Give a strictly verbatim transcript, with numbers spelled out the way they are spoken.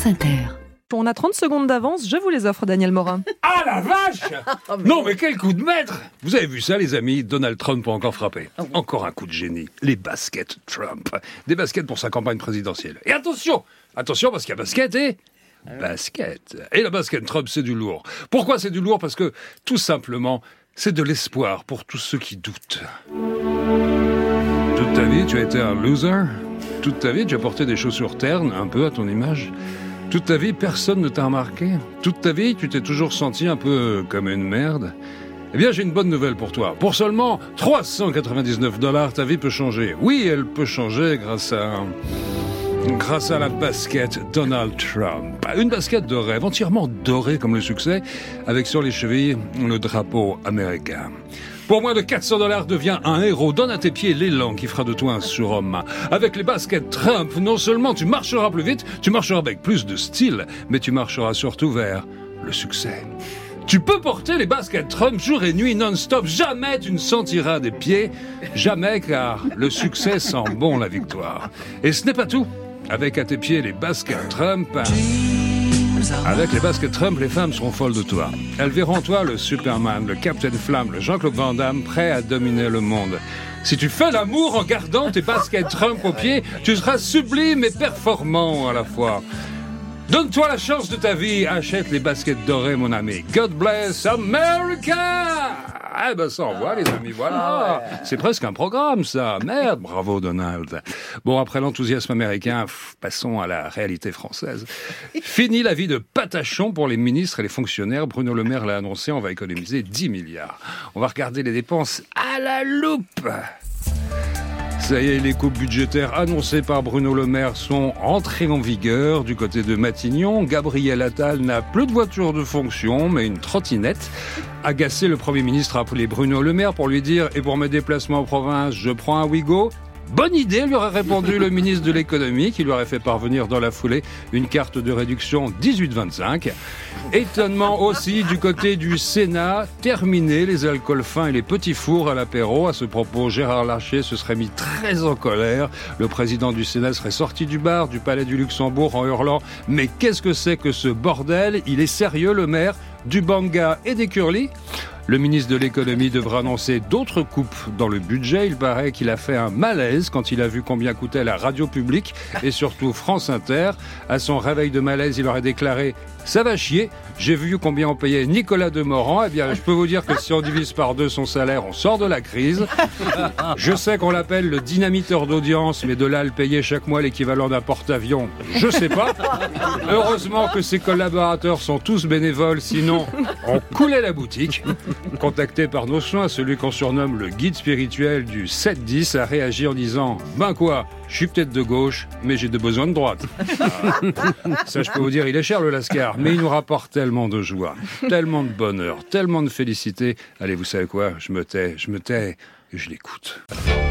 France Inter. On a trente secondes d'avance, je vous les offre, Daniel Morin. Ah la vache! Non mais quel coup de maître! Vous avez vu ça les amis? Donald Trump a encore frappé. Encore un coup de génie. Les baskets Trump. Des baskets pour sa campagne présidentielle. Et attention! Attention parce qu'il y a basket et... basket. Et la basket Trump, c'est du lourd. Pourquoi c'est du lourd? Parce que, tout simplement, c'est de l'espoir pour tous ceux qui doutent. Toute ta vie, tu as été un loser. Toute ta vie, tu as porté des chaussures ternes, un peu à ton image. Toute ta vie, personne ne t'a remarqué. Toute ta vie, tu t'es toujours senti un peu comme une merde. Eh bien, j'ai une bonne nouvelle pour toi. Pour seulement trois cent quatre-vingt-dix-neuf dollars, ta vie peut changer. Oui, elle peut changer grâce à... grâce à la basket Donald Trump. Une basket de rêve, entièrement dorée comme le succès, avec sur les chevilles le drapeau américain. Pour moins de quatre cents dollars, deviens un héros. Donne à tes pieds l'élan qui fera de toi un surhomme. Avec les baskets Trump, non seulement tu marcheras plus vite, tu marcheras avec plus de style, mais tu marcheras surtout vers le succès. Tu peux porter les baskets Trump jour et nuit non-stop. Jamais tu ne sentiras des pieds. Jamais, car le succès sent bon la victoire. Et ce n'est pas tout. Avec à tes pieds les baskets Trump... Avec les baskets Trump, les femmes seront folles de toi. Elles verront en toi le Superman, le Captain Flamme, le Jean-Claude Van Damme, prêt à dominer le monde. Si tu fais l'amour en gardant tes baskets Trump aux pieds, tu seras sublime et performant à la fois. Donne-toi la chance de ta vie, achète les baskets dorées, mon ami. God bless America! Eh ben, ça envoie, les amis, voilà. C'est presque un programme, ça. Merde, bravo, Donald. Bon, après l'enthousiasme américain, pff, passons à la réalité française. Fini la vie de patachon pour les ministres et les fonctionnaires. Bruno Le Maire l'a annoncé, on va économiser dix milliards. On va regarder les dépenses à la loupe. Ça y est, les coupes budgétaires annoncées par Bruno Le Maire sont entrées en vigueur. Du côté de Matignon, Gabriel Attal n'a plus de voiture de fonction, mais une trottinette. Agacé, le Premier ministre a appelé Bruno Le Maire pour lui dire « Et pour mes déplacements en province, je prends un Ouigo ?» Bonne idée, lui aurait répondu le ministre de l'économie, qui lui aurait fait parvenir dans la foulée une carte de réduction dix-huit vingt-cinq. Étonnement aussi du côté du Sénat, terminé les alcools fins et les petits fours à l'apéro. À ce propos, Gérard Larcher se serait mis très en colère. Le président du Sénat serait sorti du bar du Palais du Luxembourg en hurlant « Mais qu'est-ce que c'est que ce bordel? Il est sérieux, le maire? Du banga et des curlis ?» Le ministre de l'économie devra annoncer d'autres coupes dans le budget. Il paraît qu'il a fait un malaise quand il a vu combien coûtait la radio publique et surtout France Inter. À son réveil de malaise, il aurait déclaré « Ça va chier, j'ai vu combien on payait Nicolas Demorand. Eh bien, je peux vous dire que si on divise par deux son salaire, on sort de la crise. Je sais qu'on l'appelle le dynamiteur d'audience, mais de là à le payer chaque mois l'équivalent d'un porte-avions, je sais pas. Heureusement que ses collaborateurs sont tous bénévoles, sinon on coulait la boutique. » Contacté par nos soins, celui qu'on surnomme le guide spirituel du sept dix a réagi en disant « Ben quoi, je suis peut-être de gauche, mais j'ai des besoins de droite. Ah. » Ça, je peux vous dire, il est cher le Lascar, mais il nous rapporte tellement de joie, tellement de bonheur, tellement de félicité. Allez, vous savez quoi, je me tais, je me tais et je l'écoute.